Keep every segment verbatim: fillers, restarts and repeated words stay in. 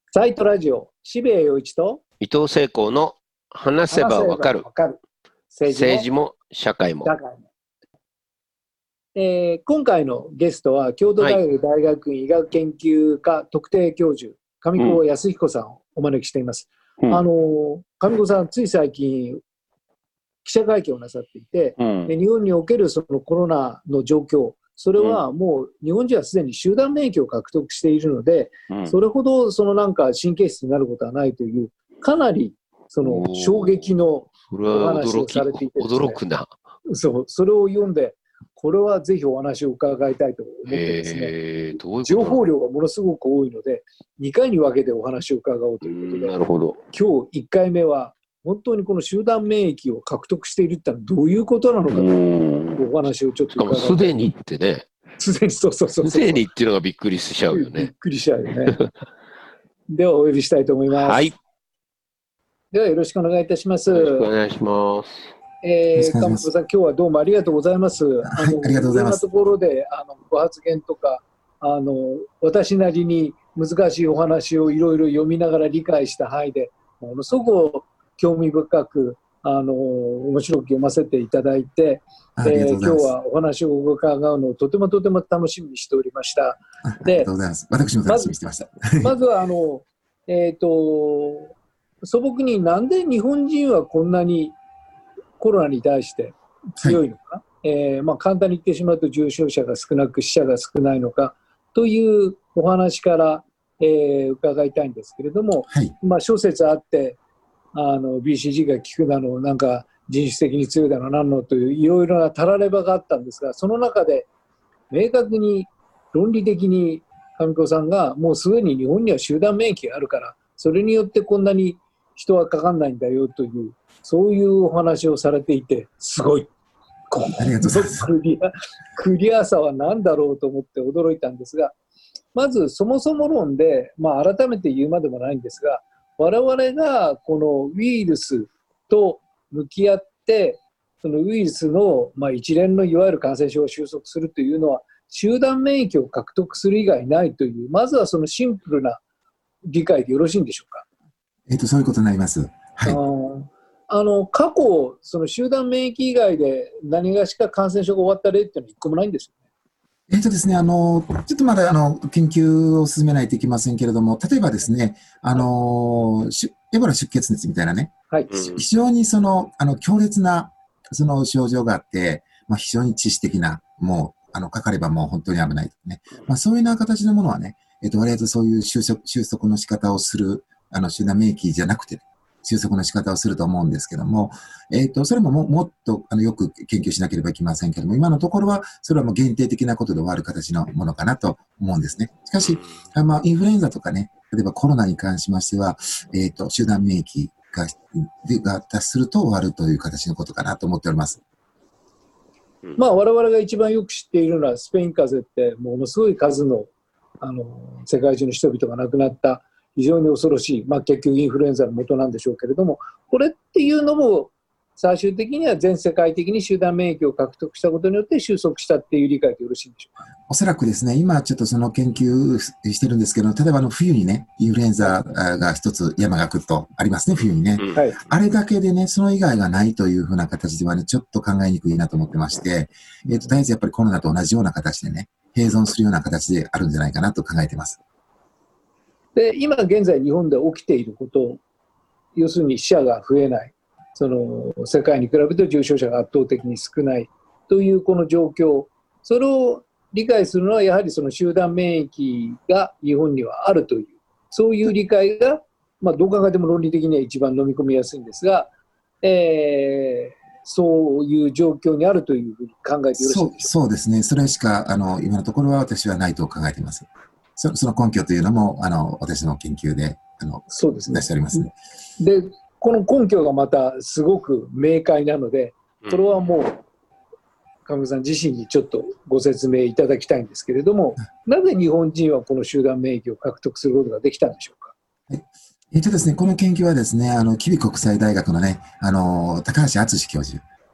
サイトラジオ、渋谷陽一と伊藤聖光の話せばわかる政治も、 政治も社会も。 社会も。えー今回のゲストは、京都大学大学院医学研究科特定教授、上久保康彦さんをお招きしています。 うん、 あの上久保さん、つい最近、記者会見をなさっていて、 うん、 で日本におけるそのコロナの状況、それはもう日本人はすでに集団免疫を獲得しているので、 うん、 それほどそのなんか神経質になることはないという、かなりその衝撃のお話をされていてですね、 驚くな。 そう、それを読んで、これはぜひお話を伺いたいと思ってですね、 えー、どういうこと情報量がものすごく多いので、にかいに分けてお話を伺おうということで、 なるほど。 今日いっかいめは、本当にこの集団免疫を獲得しているってのはどういうことなのかというお話をちょっとしかもすでにってね。 すでにそうそうそうそう。 すでにっていうのがびっくりしちゃうよね。 びっくりしちゃうよね。ではお呼びしたいと思います。 はい。 ではよろしくお願いいたします。 よろしくお願いします。 えー、上久保さん、今日はどうもありがとうございます。 はい、ありがとうございます。 いろんなところであのご発言とか、あの私なりに難しいお話をいろいろ読みながら理解した範囲で、ものすごく興味深く、あの面白く読ませていただいて、えー、今日はお話を伺うのをとてもとても楽しみにしておりました。 ありがとうございます。私も楽しみにしてました。 まずはあの、えーと、素朴になんで日本人はこんなにコロナに対して強いのか、はい、えーまあ、簡単に言ってしまうと重症者が少なく死者が少ないのかというお話から、えー、伺いたいんですけれども、はい、まあ、諸説あってあの ビーシージー が効くだのなんか人種的に強いだのなんのといういろいろなたらればがあったんですが、その中で明確に論理的に上久保さんがもうすでに日本には集団免疫があるからそれによってこんなに人はかかんないんだよというそういうお話をされていて、すごいこのクリア、クリアさは何だろうと思って驚いたんですが、まずそもそも論で、まあ、改めて言うまでもないんですが、我々がこのウイルスと向き合ってそのウイルスの、まあ、一連のいわゆる感染症を収束するというのは集団免疫を獲得する以外ないという、まずはそのシンプルな理解でよろしいんでしょうか。 えっと、そういうことになります。はい。 あの過去、その集団免疫以外で何がしか感染症が終わった例っていうのは一個もないんですよね。 えーとですね、あのちょっとまだあの研究を進めないといけませんけれども、例えばですね、あのエボラ出血熱みたいなね、はい、非常にそのあの強烈なその症状があって、まあ、非常に致死的な、もうあのかかればもう本当に危ないとね、まあ、そういうような形のものはね、えーと割合とそういう収束、収束の仕方をするあの集団免疫じゃなくて、収束の仕方をすると思うんですけども、えっと、それもももっとあのよく研究しなければいけませんけども、今のところは、それはもう限定的なことで終わる形のものかなと思うんですね。しかし、あまあ、インフルエンザとかね、例えばコロナに関しましては、えっと、集団免疫が、が達すると終わるという形のことかなと思っております。 まあ、我々が一番よく知っているのは、スペイン風邪って、ものすごい数の、あの、世界中の人々が亡くなった、非常に恐ろしい、まあ、結局インフルエンザの元なんでしょうけれども、これっていうのも最終的には全世界的に集団免疫を獲得したことによって収束したっていう理解でよろしいんでしょうか。 おそらくですね、今ちょっとその研究してるんですけど、例えばあの冬にね、インフルエンザが一つ山が来るとありますね、冬にね、はい。あれだけでね、その以外がないというふうな形ではね、ちょっと考えにくいなと思ってまして、えっと、とりあえずやっぱりコロナと同じような形でね、併存するような形であるんじゃないかなと考えています。 で今現在日本で起きていること、要するに死者が増えない、その世界に比べると重症者が圧倒的に少ないというこの状況、それを理解するのはやはりその集団免疫が日本にはあるという、そういう理解が、まあ、どう考えても論理的には一番飲み込みやすいんですが、えー、そういう状況にあるというふうに考えてよろしいでしょうか。 そう、そうですね、それしかあの今のところは私はないと考えています。そ, その根拠というのもあの私の研究であのそうですね、 出しておりますね。 で、この根拠がまたすごく明快なので、これはもう上久保さん自身にちょっとご説明いただきたいんですけれども、なぜ日本人はこの集団免疫を獲得することができたんでしょうか。 はい、えっとですね、この研究はですね、あの吉備国際大学のね、あの高橋敦教授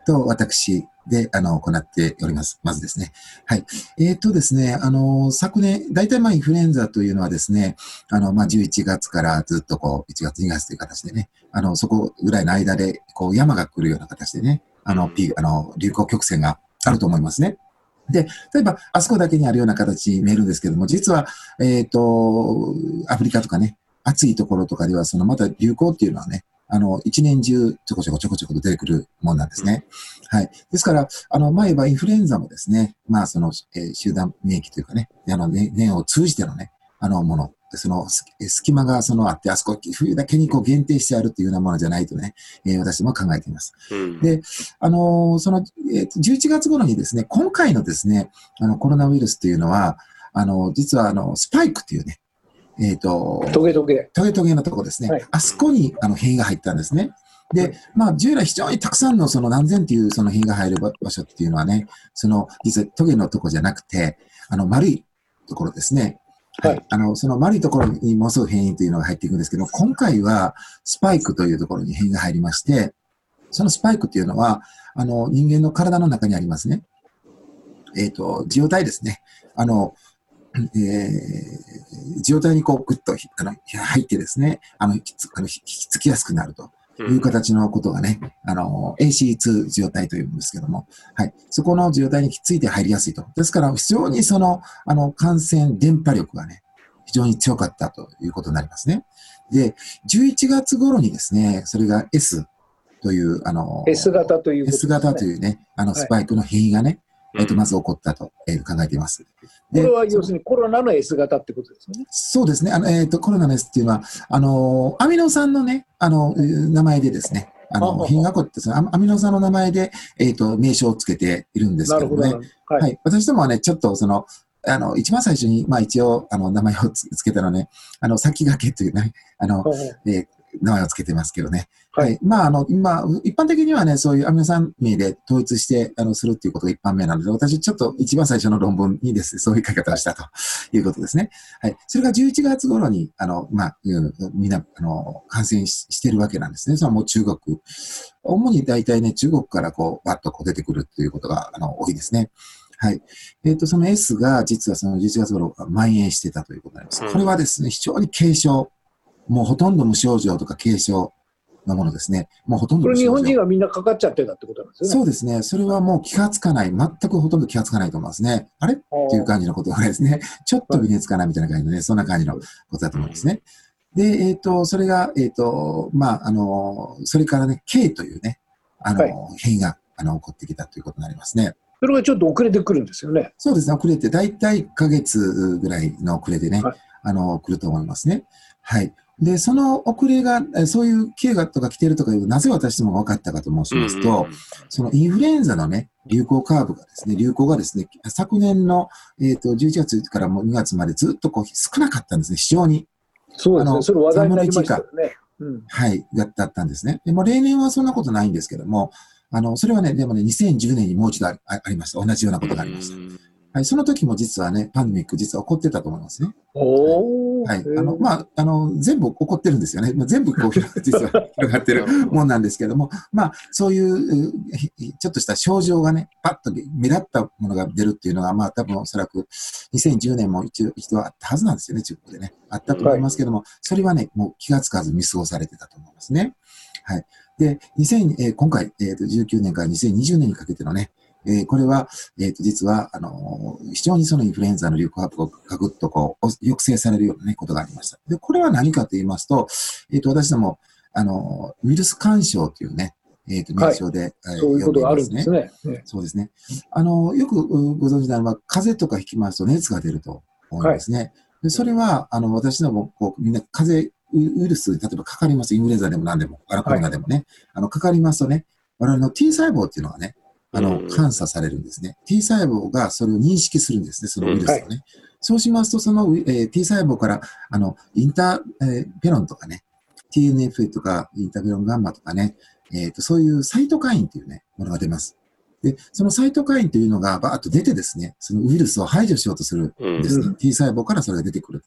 と私で、あの、行っております。まずですね。はい。えっとですね、あの、昨年、大体まあインフルエンザというのはですね、あの、まあじゅういちがつからずっとこう、いちがつ、にがつという形でね、あの、そこぐらいの間で、こう、山が来るような形でね、あの、ピあの、流行曲線があると思いますね。で、例えば、あそこだけにあるような形に見えるんですけども、実は、えっと、アフリカとかね、暑いところとかでは、そのまた流行っていうのはね、あの、一年中ちょこちょこちょこちょこと出てくるもんなんですね。はい。ですから、あの、前はインフルエンザもですね、まあ、その、えー、集団免疫というかね、あの、ね、年を通じてのね、あの、もの、その、隙間がそのあって、あそこ、冬だけにこう限定してあるっていうようなものじゃないとね、えー、私も考えています。うん、で、あのー、その、えー、じゅういちがつ頃にですね、今回のですね、あの、コロナウイルスというのは、あの、実はあの、スパイクっていうね、えっと、 トゲトゲ。 トゲトゲのとこですね。はい、あそこにあの変異が入ったんですね。で、まあ、従来非常にたくさんのその何千っていうその変異が入る場所っていうのはね、その、実はトゲのとこじゃなくて、あの、丸いところですね。はい。あの、その丸いところにものすごい変異というのが入っていくんですけど、今回はスパイクというところに変異が入りまして、そのスパイクっていうのは、あの、人間の体の中にありますね。えっと、受容体ですね。あの、えー、受容体にこうグッとあの入ってですね、あの、ひつあのひひっつきやすくなるという形のことがね、あの、エーシーツー 受容体というんですけども、はい。そこの受容体にひっついて入りやすいと。ですから、非常にその、あの、感染伝播力がね、非常に強かったということになりますね。で、じゅういちがつ頃にですね、それが S という、あの、 S 型ということですね。 S 型というね、あの、スパイクの変異がね、はいえっと、まず起こったと、えー、考えています。 これは要するにコロナの S 型ってことですよね。 そうですね。あの、えっと、コロナの S っていうのは、あの、アミノ酸のね、あの、名前でですね、あの、変異が起こってですね、アミノ酸の名前で、えっと、名称をつけているんですけどもね。はい、はい。私どもはね、ちょっとその、あの、一番最初に、まあ一応、あの、名前をつけたのはね、あの、先駆けというね、あの、えー名前をつけてますけどね。はい。はい、まあ、あの、今、一般的にはね、そういうアミノ酸名で統一して、あの、するっていうことが一般名なので、私、ちょっと一番最初の論文にですね、そういう書き方をしたということですね。はい。それがじゅういちがつ頃に、あの、まあ、みんな、あの、感染 し, してるわけなんですね。それはもう中国。主に大体ね、中国からこう、バッとこう出てくるっていうことが、あの、多いですね。はい。えっと、その S が、実はそのじゅういちがつ頃、蔓延してたということになります。これはですね、非常に軽症。もうほとんど無症状とか軽症のものですね。もうほとんど無症状。 これ日本人がみんなかかっちゃってたってことなんですよね。 そうですね。それはもう気がつかない。全くほとんど気がつかないと思いますね。あれっていう感じのことがですね。ちょっと微熱かなみたいな感じでね、そんな感じのことだと思いますね。で、えっと、それが、えっと、まあ、あの、それからね、K というね、あの、はい、変異が、あの、起こってきたということになりますね。 それがちょっと遅れてくるんですよね。 そうですね。遅れて、だいたいいっかげつぐらいの遅れでね、はい、あの、来ると思いますね。はい。で、その遅れが、そういう経過とか来てるとかいう、なぜ私どもが分かったかと申しますと、うんうん、そのインフルエンザのね、流行カーブがですね、流行がですね、昨年の、えっと、じゅういちがつからもうにがつまでずっとこう少なかったんですね、非常に。 そうですね、それ話題になりましたよね。 うん、はい、だったんですね。でも例年はそんなことないんですけども、あの、それはね、でもね、にせんじゅうねんにもう一度ありました。同じようなことがありました。はい、その時も実はね、パンデミック実は起こってたと思いますね。 おはい。あの、まあ、あの、全部起こってるんですよね。まあ、全部こう、実は広がってるもんなんですけども、まあ、そういう、ちょっとした症状がね、パッと目立ったものが出るっていうのが、まあ、多分おそらくにせんじゅうねんも一度、一度あったはずなんですよね、中国でね。あったと思いますけども、はい、それはね、もう気がつかず見過ごされてたと思いますね。はい。で、にせん、えー、今回、えっと、じゅうきゅうねんからにせんにじゅうねんにかけてのね、えー、これは、えっと、実は、あのー、非常にそのインフルエンザの流行発がガクッとこう、抑制されるようなね、ことがありました。で、これは何かと言いますと、えっと、私ども、あのー、ウイルス干渉というね、えっと、名称で、 はい、そういうことがあるんですね。 そうですね。あの、よくご存知なのは、風邪とかひきますと熱が出ると思いますね。はい、でそれは、あの、私ども、こう、みんな風邪、ウイルス、例えばかかります。インフルエンザでも何でも、コロナでもね、はい、あの、かかりますとね、我々の T 細胞っていうのがね、あの、監査されるんですね。T 細胞がそれを認識するんですね、そのウイルスをね。はい、そうしますと、その、えー、T 細胞から、あの、インター、えー、ペロンとかね、ティーエヌエフ とか、インターフェロンガンマとかね、えっと、そういうサイトカインというね、ものが出ます。で、そのサイトカインというのがバーッと出てですね、そのウイルスを排除しようとするんですね。うん、T 細胞からそれが出てくる。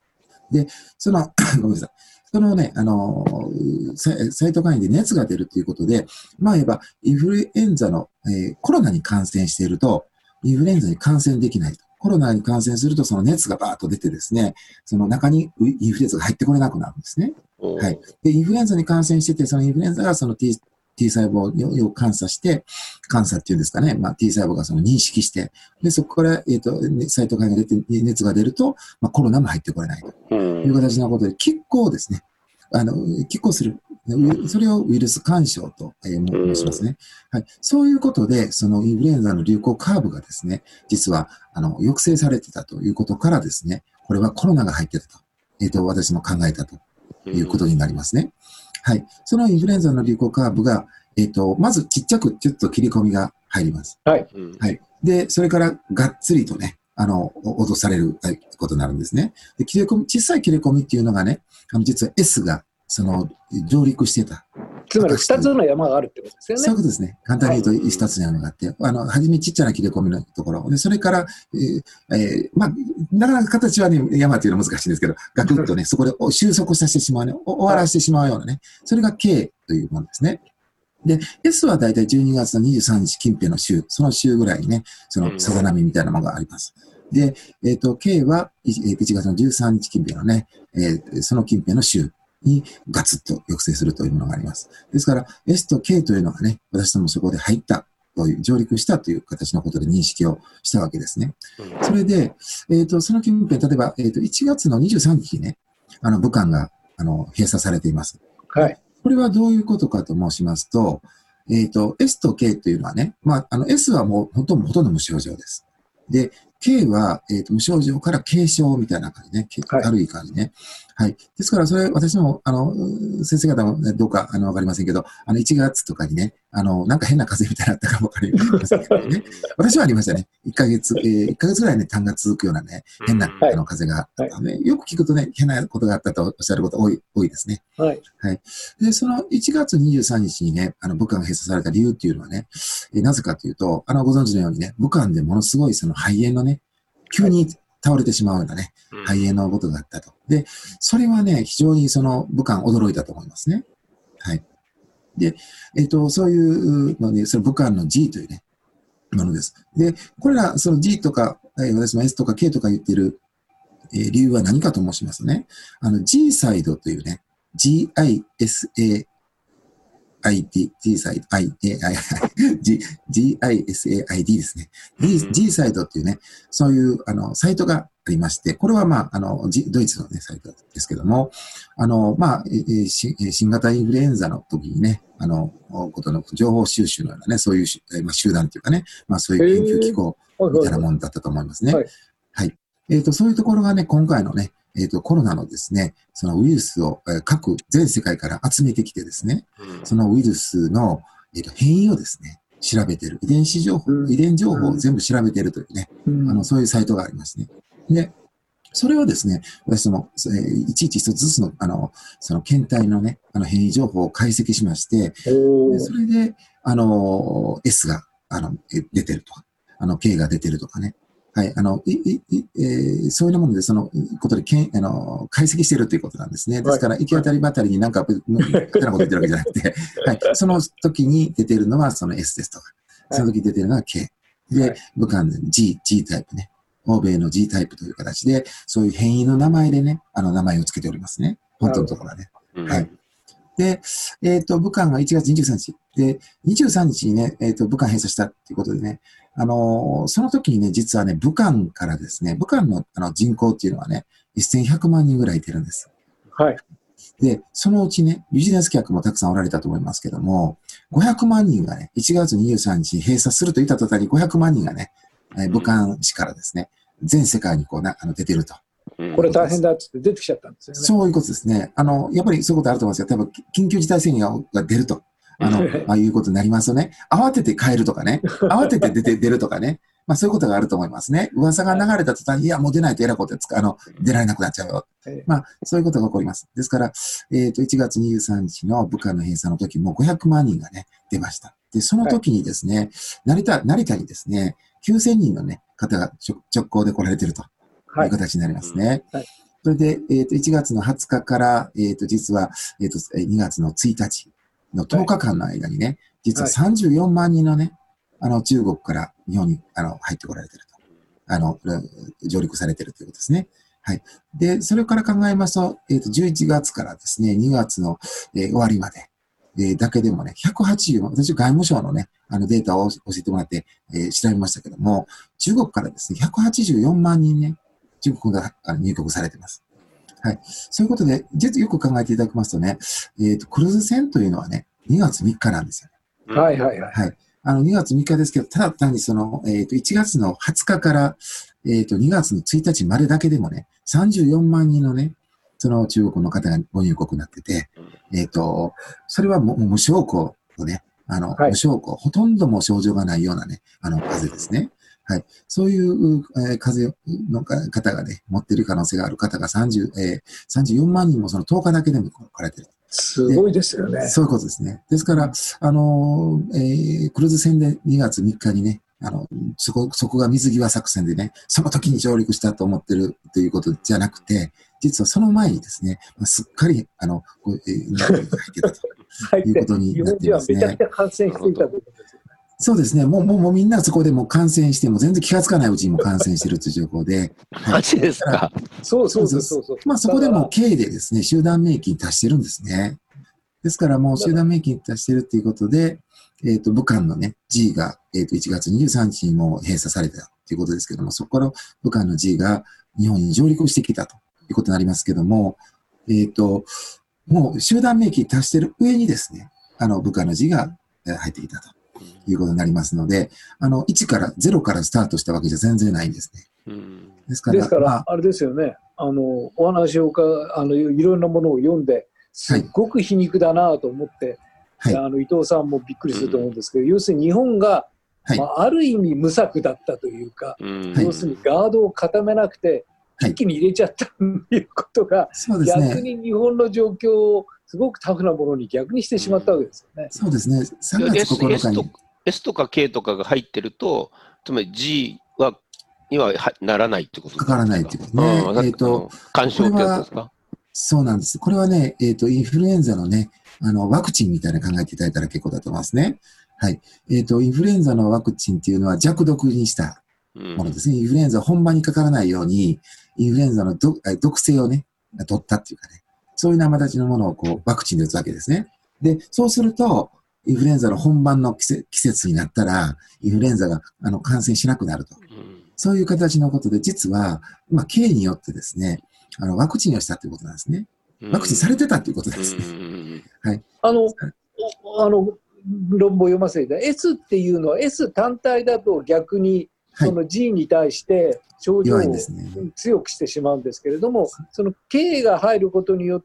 で、その、ごめんなさい。そのね、あの、サイトカインで熱が出るということで、まあ言えば、インフルエンザの、えー、コロナに感染していると、インフルエンザに感染できないと。コロナに感染すると、その熱がバーッと出てですね、その中にインフルエンザが入ってこれなくなるんですね。はい。で、インフルエンザに感染してて、そのインフルエンザがその T T 細胞を監査して、監査っていうんですかね、まあ、T 細胞がその認識して、で、そこから、えっと、サイトカインが出て、熱が出ると、まあ、コロナも入ってこれないという形のことで、拮抗ですね、あの、拮抗する。それをウイルス干渉と申しますね。はい。そういうことで、そのインフルエンザの流行カーブがですね、実は、あの、抑制されてたということからですね、これはコロナが入ってたと、えっと、私も考えたということになりますね。はい。そのインフルエンザの流行カーブが、えっと、まずちっちゃくちょっと切り込みが入ります。 はい。 はい。で、それからがっつりとね、あの、脅されることになるんですね。で、切れ込み、小さい切れ込みっていうのがね、あの、実は S が、その、上陸してた。 つまり二つの山があるってことですよね。 そういうことですね。簡単に言うと二つの山があって、あの、はじめちっちゃな切れ込みのところ。で、それから、えーえー、まあ、なかなか形はね、山っていうのは難しいんですけど、ガクッとね、そこで収束させてしまうね、終わらせてしまうようなね、それが K というものですね。で、S はだいたいじゅうにがつのにじゅうさんにち近辺の週、その週ぐらいにね、そのさざ波みたいなものがあります。で、えっと、K はいちがつのじゅうさんにち近辺のね、えー、その近辺の週にガツッと抑制するというものがあります。ですから、S と K というのがね、私どもそこで入ったという、上陸したという形のことで認識をしたわけですね。それで、えっと、その近辺、例えば、えっと、いちがつのにじゅうさんにちにね、あの、武漢が、あの、閉鎖されています。 はい。 これはどういうことかと申しますと、えっと、S と K というのはね、まあ、あの、S はもうほとんど、ほとんど無症状です。で、K は、えっと、無症状から軽症みたいな感じね、軽い感じね。はい。ですから、それ、私も、あの、先生方も、ね、どうか、あの、わかりませんけど、あの、いちがつとかにね、あの、なんか変な風邪みたいなのあったかもわかりませんけどね。私はありましたね。いっかげつ、えー、いっかげつぐらいね、痰が続くようなね、変な、あの、風邪があったね、はい。よく聞くとね、変なことがあったとおっしゃること多い、多いですね。 はい。 はい。で、そのいちがつにじゅうさんにちにね、あの、武漢が閉鎖された理由っていうのはね、えー、なぜかというと、あの、ご存知のようにね、武漢でものすごいその肺炎のね、急に倒れてしまうようなね、肺炎のことがあったと。で、それはね、非常にその武漢驚いたと思いますね。はい。で、えっと、そういうので、その武漢の G というね、ものです。で、これら、その G とか、私も S とか K とか言っている、えー、理由は何かと申しますとね、あの G サイドというね、ジーアイエスエーアイディー、G サイド、I、G、ジーアイエスエーアイディー ですね。G、G サイドっていうね、そういう、あの、サイトがありまして、これはまあ、あの、G、ドイツのね、サイトですけども、あの、まあ、え新型インフルエンザの時にね、あの、ことの情報収集のようなね、そういう、まあ、集団っていうかね、まあ、そういう研究機構みたいなものだったと思いますね。はい。はい。えっと、そういうところがね、今回のね、えっと、コロナのですね、そのウイルスを各全世界から集めてきてですね、そのウイルスの、えっと、変異をですね、調べている。遺伝子情報、遺伝情報を全部調べているというね、あの、そういうサイトがありますね。で、それをですね、私も、えー、いちいち一つずつの、あの、その検体のね、あの変異情報を解析しまして、でそれで、あの、S が、あの、出てるとか、あの、K が出てるとかね、はい、あの、い、い、えー、そういうもので、そのことでけん、あの、解析しているということなんですね。ですから、行き当たりばったりになんか、勝手なこと言ってるわけじゃなくて、はい、その時に出てるのはその S ですとか、その時出てるのは K。で、武漢で G、G タイプね。欧米の G タイプという形で、そういう変異の名前でね、あの、名前を付けておりますね。本当のところはね。はい。で、えっと、武漢がいちがつにじゅうさんにち。で、にじゅうさんにちにね、えっと、武漢閉鎖したっていうことでね、あのー、その時にね、実はね、武漢からですね、武漢のあの人口っていうのはね、せんひゃくまんにんぐらいいてるんです。 はい。 で、そのうちね、ビジネス客もたくさんおられたと思いますけども、ごひゃくまんにんがね、いちがつにじゅうさんにちに閉鎖すると言った途端にごひゃくまんにんがね、武漢市からですね、全世界にこうな、あの、出てると。 これ大変だっつって出てきちゃったんですよね。 そういうことですね。あの、やっぱりそういうことあると思うんですよ。多分、緊急事態宣言が出ると。あの、まあ、いうことになりますよね。慌てて帰るとかね。慌てて出て、出るとかね。まあ、そういうことがあると思いますね。噂が流れた途端に、いや、もう出ないと偉いことつか、あの、出られなくなっちゃうよ。まあ、そういうことが起こります。ですから、えっと、いちがつにじゅうさんにちの武漢の閉鎖の時もごひゃくまんにんがね、出ました。で、その時にですね、成田、成田にですね、きゅうせんにんのね、方が直行で来られているという形になりますね。はいはい、 それで、えっ、と、いちがつのはつかから、えっ、と、実は、えっ、と、にがつのついたちのとおかかんの間にね、実はさんじゅうよんまんにんのね、あの、中国から日本に、あの、入ってこられてると。あの、上陸されてるということですね。はい。で、それから考えますと、えっ、と、じゅういちがつからですね、にがつの、えー終わりまで、えーだけでもね、ひゃくはちじゅう、私、外務省のね、あのデータを教えてもらって、えー調べましたけども、中国からですね、ひゃくはちじゅうよんまんにんね、中国があの入国されています。はい。そういうことで、実はよく考えていただきますとね、えっ、と、クルーズ船というのはね、にがつみっかなんですよね。 はいはいはい。 はい。あの、にがつみっかですけど、ただ単にその、えっ、と、いちがつのはつかから、えっ、と、にがつのついたちまでだけでもね、さんじゅうよんまんにんのね、その中国の方がご入国になってて、えっ、と、それはもう無症候のね、あの、 はい無症候、ほとんどもう症状がないようなね、あの、風邪ですね。はい。そういう、えー風邪の方がね、持っている可能性がある方が30、えー、さんじゅうよんまんにんもそのとおかだけでも来られてる。 すごいですよね。 そういうことですね。ですから、あの、えークルーズ船でにがつみっかにね、あの、そこ、そこが水際作戦でね、その時に上陸したと思ってるということじゃなくて、実はその前にですね、まあすっかり、あの、こうえー日本に入ってたと入っていうことに日なっ本人はめていますね。 ちゃくちゃ感染していたということですよね。 そうですね。もう、もう、もうみんなそこでもう感染しても全然気がつかないうちにも感染してるという情報で。はいマジですか。 そうそうそうそうそう。 まあそこでもだか経でですね、集団免疫に達してるんですね。ですからもう集団免疫に達してるっていうことで、えっ、と、武漢のね、G が、えっ、と、いちがつにじゅうさんにちにもう閉鎖されたということですけども、そこから武漢の G が日本に上陸してきたということになりますけども、えっ、と、もう集団免疫に達してる上にですね、あの、武漢の G がえー入ってきたということになりますので、あの、いちからゼロからスタートしたわけじゃ全然ないんですね。 うんですから、 ですから、 まあ、 あれですよね。あの、お話をか、あの、いろんなものを読んで、すっごく皮肉だなと思って、 はい、 あの伊藤さんもびっくりすると思うんですけど、要するに日本が、 はいまあ、ある意味無策だったというか、 うん要するにガードを固めなくて、 はい一気に入れちゃったということが、 そうですね。 逆に日本の状況をすごくタフなものに逆にしてしまったわけですよね。 そうですね。さんがつ S, ここの S かにと。S とか K とかが入ってると、つまり G はにははならないってことですか。 かからないってことねああえーと干渉ってやつですか。 そうなんです。これはね、えっ、と、インフルエンザのね、あの、ワクチンみたいな考えていただいたら結構だと思いますね。はい。えっ、と、インフルエンザのワクチンっていうのは弱毒にしたうんものですね。インフルエンザ本場にかからないように、インフルエンザの毒え毒性をね、取ったっていうかね、そういう生立ちのものをこう、ワクチンで打つわけですね。で、そうすると、インフルエンザの本番の季節季節になったら、インフルエンザがあの感染しなくなると。 うんそういう形のことで、実は、まあ、K によってですね、あの、ワクチンをしたということなんですね。ワクチンされてたということですね。 うんあの、おあの論文を読ませていただいて S っていうのは S 単体だと逆にはいその G に対して症状を弱いんですね。 強くしてしまうんですけれども、その K が入ることによって、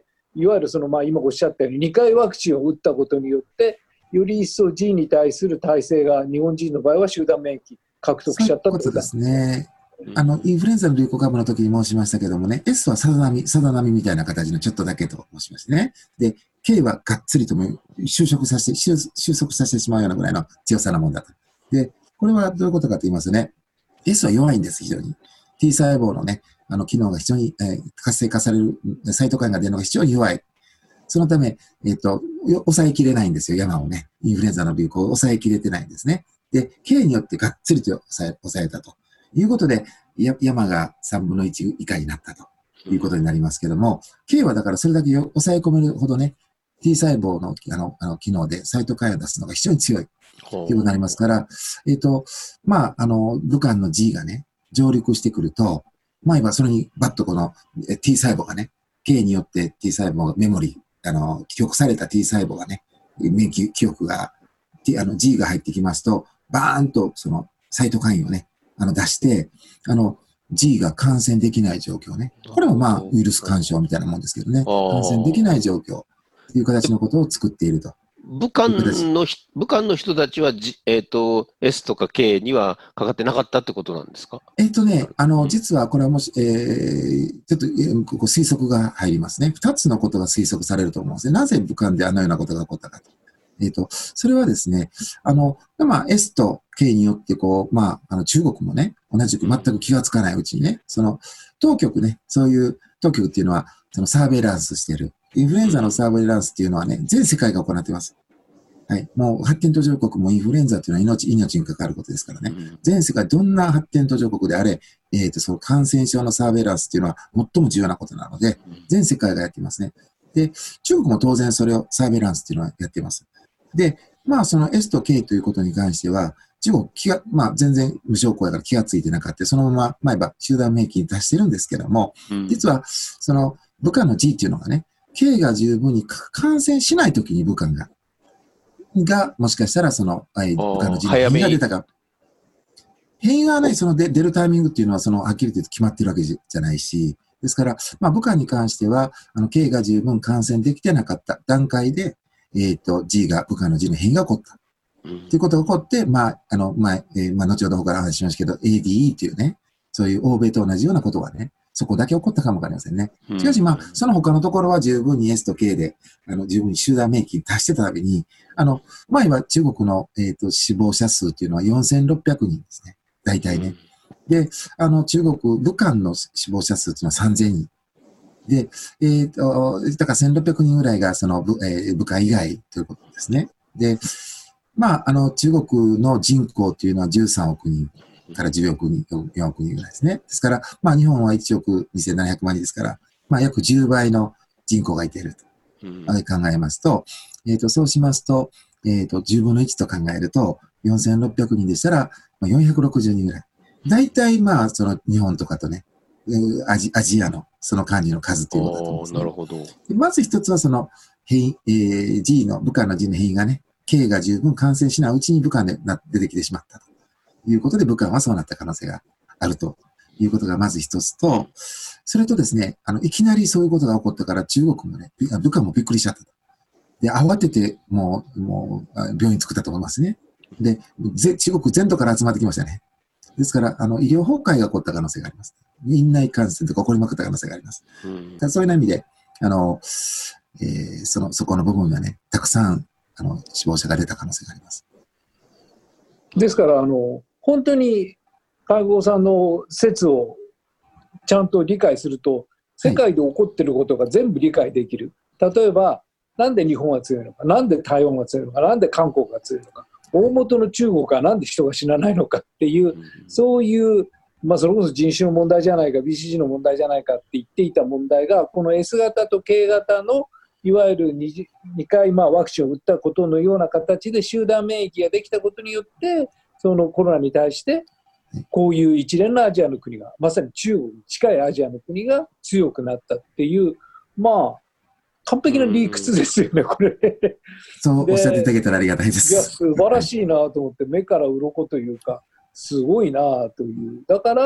いわゆるそのまあ今おっしゃったようににかいワクチンを打ったことによって、より一層 G に対する耐性が日本人の場合は集団免疫獲得しちゃったそういうことですね。 うんあの、インフルエンザの流行株の時に申しましたけどもね、S はさざ波、さざ波みたいな形のちょっとだけと申しましてね。で、K はがっつりとも収束させて、収収束させてしまうようなぐらいの強さなもんだと。で、これはどういうことかと言いますとね、S は弱いんです、非常に。T 細胞のね、あの、機能が非常に、えー活性化される、サイトカインが出るのが非常に弱い。そのため、えっ、と、よ抑えきれないんですよ、山をね。インフルエンザの流行を抑えきれてないんですね。で、K によってがっつりと抑え、抑えたということで、や山がさんぶんのいち以下になったということになりますけども、K はだからそれだけよ抑え込めるほどね、T 細胞のあのあの機能でサイトカインを出すのが非常に強いということになりますから、えっ、と、まあ、あの、武漢の G がね、上陸してくると、まあ今それにバッとこのえ T 細胞がね、K によって T 細胞がメモリー、あの、記憶された T 細胞がね、免疫記憶が、T、あの G が入ってきますと、バーンとそのサイトカインをね、あの出して、あの、G が感染できない状況ね。これもまあウイルス干渉みたいなもんですけどね。感染できない状況という形のことを作っていると。 武漢のひ、武漢の人たちは、G、えっ、と、S とか K にはかかってなかったってことなんですか？ えっ、とね、あの、実はこれはもし、えー、ちょっと、えーここ推測が入りますね。二つのことが推測されると思うんですね。なぜ武漢であのようなことが起こったかと。えっ、と、それはですね、あの、まあ、S と K によって、こう、まあ、あの、中国もね、 同じく全く気がつかないうちにね、その当局ね、そういう当局っていうのは、そのサーベイランスしてる。インフルエンザのサーベイランスっていうのはね、全世界が行っています。はい。もう発展途上国もインフルエンザっていうのは命、命に関わることですからね。全世界どんな発展途上国であれ、えっと、その感染症のサーベイランスっていうのは最も重要なことなので、全世界がやっていますね。で、中国も当然それをサーベイランスっていうのはやっています。で、まあその S と K ということに関しては、中国気が、まあ全然無症候やから気がついてなかった。そのまま毎晩集団免疫に出してるんですけども、実はその武漢の G っていうのがね、K が十分に感染しないときに武漢が、が、もしかしたらその、武漢の G の変異が出たか。変異がね、その出るタイミングっていうのは、その、はっきりと言って決まってるわけじゃないし、ですから、まあ武漢に関しては、あの、K が十分感染できてなかった段階で、えっと、G が、武漢の G の変異が起こった。っていうことが起こって、まあ、あの、まあ、えー、まあ、後ほどから話しましたけど、エーディーイー っていうね、そういう欧米と同じようなことがね、そこだけ起こったかもわかりませんね。しかし、まあ、その他のところは十分に S と K で、あの、十分に集団免疫に達してたために、あの、前は中国の、えっと、死亡者数っていうのはよんせんろっぴゃくにんですね。大体ね。で、あの、中国、武漢の死亡者数っていうのはさんぜんにん。で、えっと、だからせんろっぴゃくにんぐらいが、その、えー、武漢以外ということですね。で、まあ、あの、中国の人口っていうのはじゅうさんおくにんからじゅうおくにん、よんおくにんぐらいですね。ですから、まあ、日本はいちおくにせんななひゃくまんにんですから、まあ、約じゅうばいの人口がいていると、うん、考えますと、えっと、そうしますと、えっと、じゅうぶんのいちと考えると、よんせんろっぴゃくにんでしたら、まあ、よんひゃくろくじゅうにんぐらい。大体、まあ、その、日本とかとね、アジ、アジアの、その管理の数ということだと思います、ね。 なるほど。 まず一つは、その、変異、えー、G の、武漢の G の変異がね、K が十分感染しないうちに武漢で出てきてしまったということで、武漢はそうなった可能性があるということがまず一つと、それとですね、あの、いきなりそういうことが起こったから中国もね、武漢もびっくりしちゃったと。で、慌てて、もう、もう、病院作ったと思いますね。で、ぜ中国全土から集まってきましたね。ですから、あの、医療崩壊が起こった可能性があります。院内感染とか起こりまくった可能性があります。うん、だそういう意味で、あの、えー、その、そこの部分がね、たくさん、あの、死亡者が出た可能性があります。 ですから、あの、本当に、海郷さんの説をちゃんと理解すると、世界で起こっていることが全部理解できる。はい、例えば、なんで日本が強いのか、なんで台湾が強いのか、なんで韓国が強いのか、大元の中国はなんで人が死なないのかっていう、そういう、まあ、それこそ人種の問題じゃないか、ビーシージー の問題じゃないかって言っていた問題が、この エス 型と K 型のいわゆる 2, 2回まあワクチンを打ったことのような形で集団免疫ができたことによって、そのコロナに対して、こういう一連のアジアの国が、まさに中国に近いアジアの国が強くなったっていう、まあ、完璧な理屈ですよね、これ。 そうおっしゃっていただけたらありがたいです。 いや、素晴らしいなと思って、目から鱗というか、すごいなという。だから、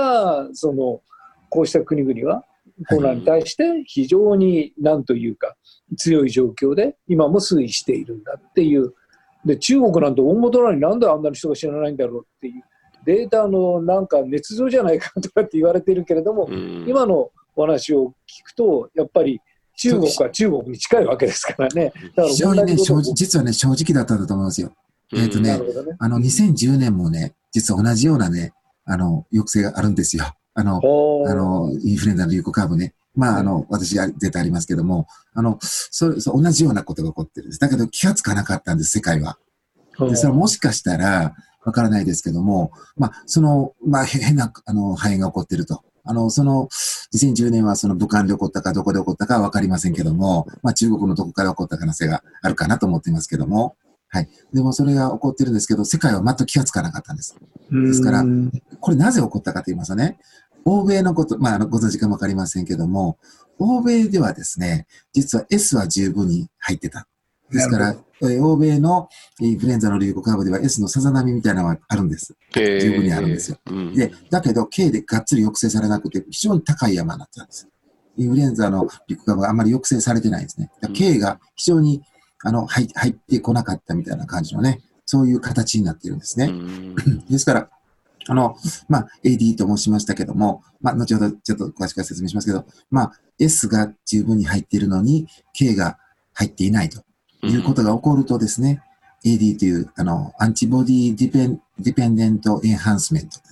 その、こうした国々は、コロナに対して非常に何というか、強い状況で、今も推移しているんだっていう。で、中国なんて大元なのになんであんなに人が死なないんだろうっていう。データのなんか捏造じゃないかとかって言われてるけれども、今のお話を聞くと、やっぱり、中国は中国に近いわけですからね。だから非常にね、正直、実はね、正直だったんだと思いますよ。えっとね、ねあの、にせんじゅうねんもね、実は同じようなね、あの、抑制があるんですよ。あの、あの、インフルエンザの流行株ね。まあ、あの、私、絶対ありますけども、あの、そそ同じようなことが起こってるんです。だけど、気がつかなかったんです、世界は。で、それはもしかしたら、わからないですけども、まあ、その、まあ、変な、あの、肺炎が起こってると。あの、その、にせんじゅうねんはその武漢で起こったかどこで起こったかはわかりませんけども、まあ中国のどこから起こった可能性があるかなと思っていますけども、はい。でもそれが起こってるんですけど、世界は全く気がつかなかったんです。ですから、これなぜ起こったかと言いますとね、欧米のこと、まあご存知かもわかりませんけども、欧米ではですね、実は エス は十分に入ってた。ですから、欧米のインフルエンザの流行株では エス のさざ波みたいなのがあるんです。十分にあるんですよ。で、だけど K でがっつり抑制されなくて非常に高い山になってたんです。インフルエンザの流行株があんまり抑制されてないんですね。K が非常にあの入ってこなかったみたいな感じのね、そういう形になっているんですね。ですから、あの、まあ、エーディー と申しましたけども、まあ、後ほどちょっと詳しく説明しますけど、まあ、S が十分に入っているのに K が入っていないと。いうことが起こるとですね、エーディー という、あの、アンチボディディペン、ディペンデントエンハンスメント、ね、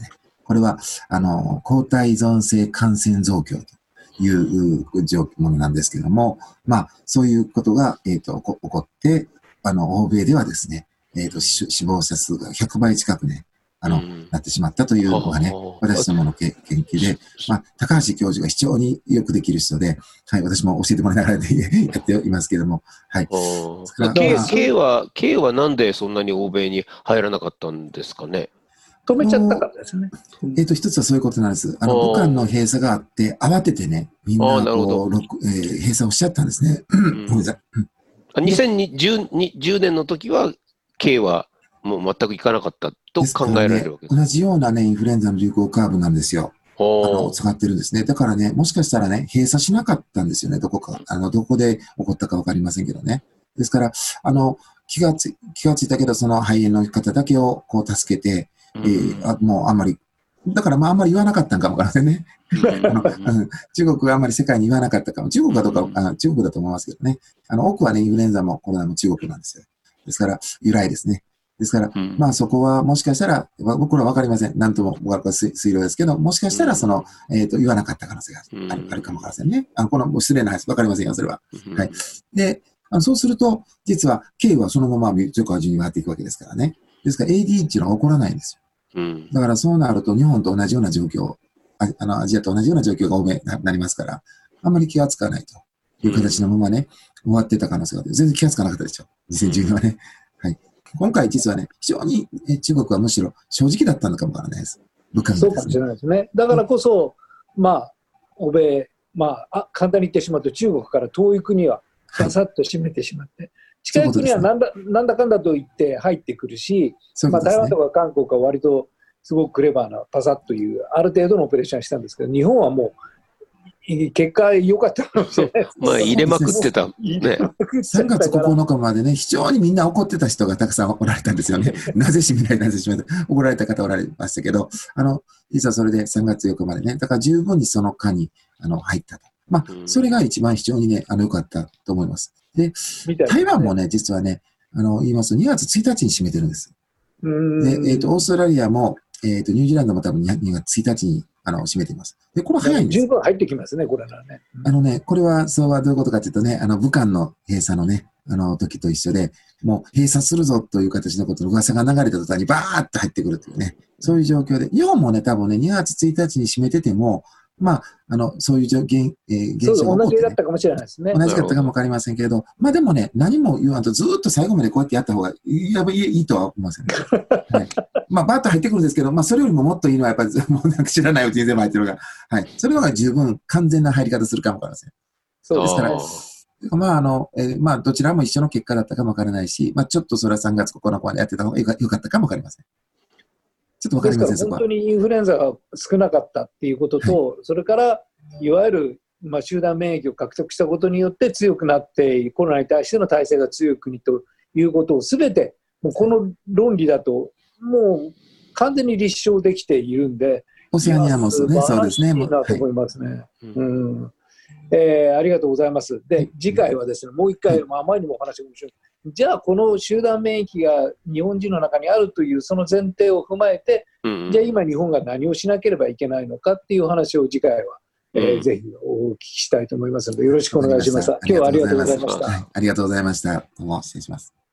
これは、あの、抗体依存性感染増強というものなんですけども、まあ、そういうことが、えっと、起こって、あの、欧米ではですね、えっと、死亡者数がひゃくばい近くね、あの、うん、なってしまったというのがね、私どもの研究で、まあ、高橋教授が非常によくできる人で、はい、私も教えてもらいながらやっていますけれども、はい。 K は、K はなんでそんなに欧米に入らなかったんですかね。 止めちゃったからですね。 えっと、一つはそういうことなんです。あの、武漢の閉鎖があって、慌ててね、みんなこう、えー、閉鎖をしちゃったんですね。ごめんなさい。 にせんじゅうねんの時は、K はもう全くいかなかったと考えられるわけです。 ね、同じようなね、インフルエンザの流行カーブなんですよ。あの、使ってるんですね。だからね、もしかしたらね、閉鎖しなかったんですよね、どこか。あの、どこで起こったかわかりませんけどね。ですから、あの、気がつ、気がついたけど、その肺炎の方だけをこう助けて、えー、あもうあんまり、だからまああんまり言わなかったんかもわからないね。あの中国はあんまり世界に言わなかったかも。中国はどうか、あ中国だと思いますけどね。あの、多くはね、インフルエンザもコロナも中国なんですよ。ですから、由来ですね。ですから、うん、まあそこはもしかしたら、僕らはわかりません。なんとも僕は推論ですけど、もしかしたらその、えっと、言わなかった可能性がある、あるかもわかりませんね。あの、この失礼な話、わかりませんよ、それは。はい。で、あのそうすると、実は、K はそのまま徐過順に回っていくわけですからね。ですから、エーディー っていうのは起こらないんですよ。うん、だからそうなると、日本と同じような状況、あ, あのアジアと同じような状況が欧米になりますから、あんまり気がつかないという形のままね、終わってた可能性があって、全然気がつかなかったでしょ。にせんじゅうねんはね。はい。今回実はね、非常に中国はむしろ正直だったのかもわからないです。武漢そうかもしれないですね。だからこそ、うん、まあ、欧米、まあ、あ、簡単に言ってしまうと中国から遠い国はささっと閉めてしまって、はい、近い国はなんだ、なんだかんだと言って入ってくるし、ね、まあ、台湾とか韓国は割とすごくクレバーなパサッというある程度のオペレーションしたんですけど、日本はもう結果良かったかもしれないです。 まあ入れまくってた。ね、 さんがつここのかまでね、非常にみんな怒ってた人がたくさんおられたんですよね。なぜ閉めない、なぜ閉めない。怒られた方おられましたけど、あの、実はそれでさんがつよっかまでね、だから十分にその間にあの入ったと。まあ、それが一番非常にね、あの、良かったと思います。で、台湾もね、実はね、あの、言いますとにがつついたちに閉めてるんです。で、えっと、オーストラリアも、えっと、ニュージーランドも多分にがつついたちにあの閉めています。で、これ早いんです。 十分入ってきますね、これならね。 うん、あのね、これは、そうはどういうことかというとね、あの、武漢の閉鎖のね、あの、時と一緒で、もう閉鎖するぞという形のことの噂が流れた途端にバーッと入ってくるというね、そういう状況で、日本もね、多分ね、にがつついたちに閉めてても、まあ、あの、そういう現、えー、現象が起こって、ね、 同じだったかもしれないですね。 同じだったかもわかりませんけれど、まあでもね、何も言わんとずっと最後までこうやってやった方がいやいいとは思いませんね。はい。まあ、バーッと入ってくるんですけど、まあ、それよりももっといいのはやっぱり、もうなんか知らないうちに全部入ってるのが、はい。それの方が十分完全な入り方するかもわかりません。そうですから、まあ、あの、えー、まあ、どちらも一緒の結果だったかもわからないし、まあ、ちょっとそれはさんがつここのかまでやってた方がよかったかもわかりません。ちょっとわかりません、そこは。 本当にインフルエンザが少なかったっていうことと、はい、それから、いわゆる、まあ、集団免疫を獲得したことによって強くなって、コロナに対しての耐性が強い国ということをすべて、もうこの論理だと、もう完全に立証できているんで、 オセアニアもそうですね。 いいなと思いますね。はいうんえー、ありがとうございます。で、次回はですね、もう一回、まあ、前にもお話が面白い。じゃあ、この集団免疫が日本人の中にあるというその前提を踏まえて、うん、じゃあ今日本が何をしなければいけないのかっていう話を次回は、えーうん、ぜひお聞きしたいと思いますので、よろしくお願いします。今日はありがとうございました。 はい、ありがとうございました。どうも失礼します。